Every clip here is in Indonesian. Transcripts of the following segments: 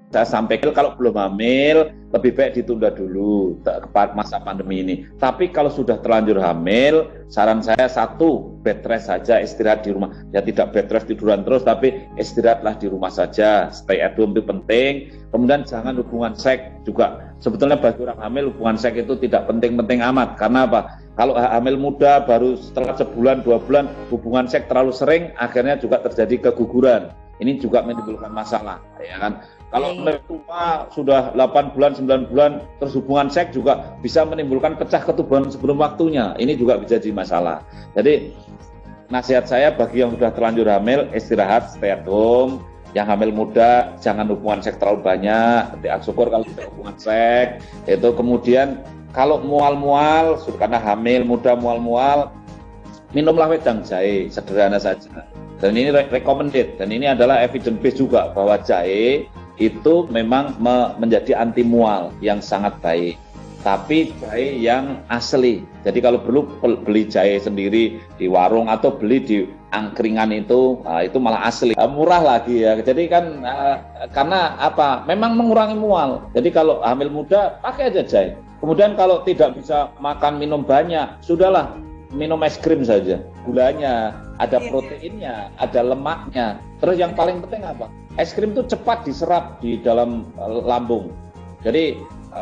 Saya sampaikan kalau belum hamil lebih baik ditunda dulu ke masa pandemi ini. Tapi kalau sudah terlanjur hamil, saran saya satu, bed rest saja, istirahat di rumah. Ya tidak bed rest tiduran terus, tapi istirahatlah di rumah saja. Stay at home itu penting. Kemudian jangan hubungan seks juga. Sebetulnya bagi orang hamil hubungan seks itu tidak penting-penting amat. Karena apa? Kalau hamil muda baru setelah sebulan 2 bulan hubungan seks terlalu sering, akhirnya juga terjadi keguguran. Ini juga menimbulkan masalah, ya kan? Kalau tua sudah 8 bulan, 9 bulan terus hubungan seks juga bisa menimbulkan pecah ketuban sebelum waktunya. Ini juga bisa jadi masalah. Jadi nasihat saya bagi yang sudah terlanjur hamil, istirahat, stay at home. Yang hamil muda jangan hubungan seks terlalu banyak. Syukur kalau tidak hubungan seks. Itu kemudian kalau mual-mual, karena hamil muda mual-mual, minumlah wedang jahe, sederhana saja. Dan ini recommended, dan ini adalah evidence base juga bahwa jahe itu memang menjadi anti mual yang sangat baik. Tapi jahe yang asli. Jadi kalau perlu beli jahe sendiri di warung atau beli di angkringan itu malah asli. Murah lagi ya. Jadi kan karena apa? Memang mengurangi mual. Jadi kalau hamil muda pakai aja jahe. Kemudian kalau tidak bisa makan minum banyak, sudahlah minum es krim saja. Gulanya, ada proteinnya, ada lemaknya. Terus yang paling penting apa? Es krim itu cepat diserap di dalam lambung. Jadi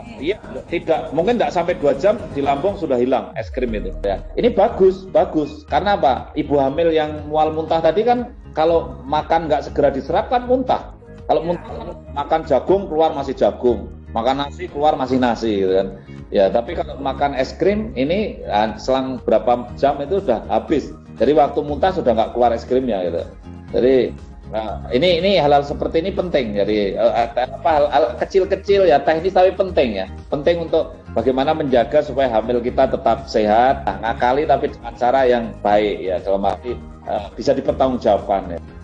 mungkin tidak sampai 2 jam di lambung sudah hilang es krim itu. Ya. Ini bagus. Karena apa? Ibu hamil yang mual muntah tadi kan kalau makan nggak segera diserap kan muntah. Kalau muntah kan makan jagung keluar masih jagung, makan nasi keluar masih nasi, gitu kan. Ya, tapi kalau makan es krim ini selang berapa jam itu sudah habis. Jadi waktu muntah sudah nggak keluar es krimnya gitu. Jadi ini hal-hal seperti ini penting. Jadi hal kecil-kecil ya teknis tapi penting ya. Penting untuk bagaimana menjaga supaya hamil kita tetap sehat, ngakali tapi dengan cara yang baik ya, dalam arti bisa dipertanggungjawabkan ya.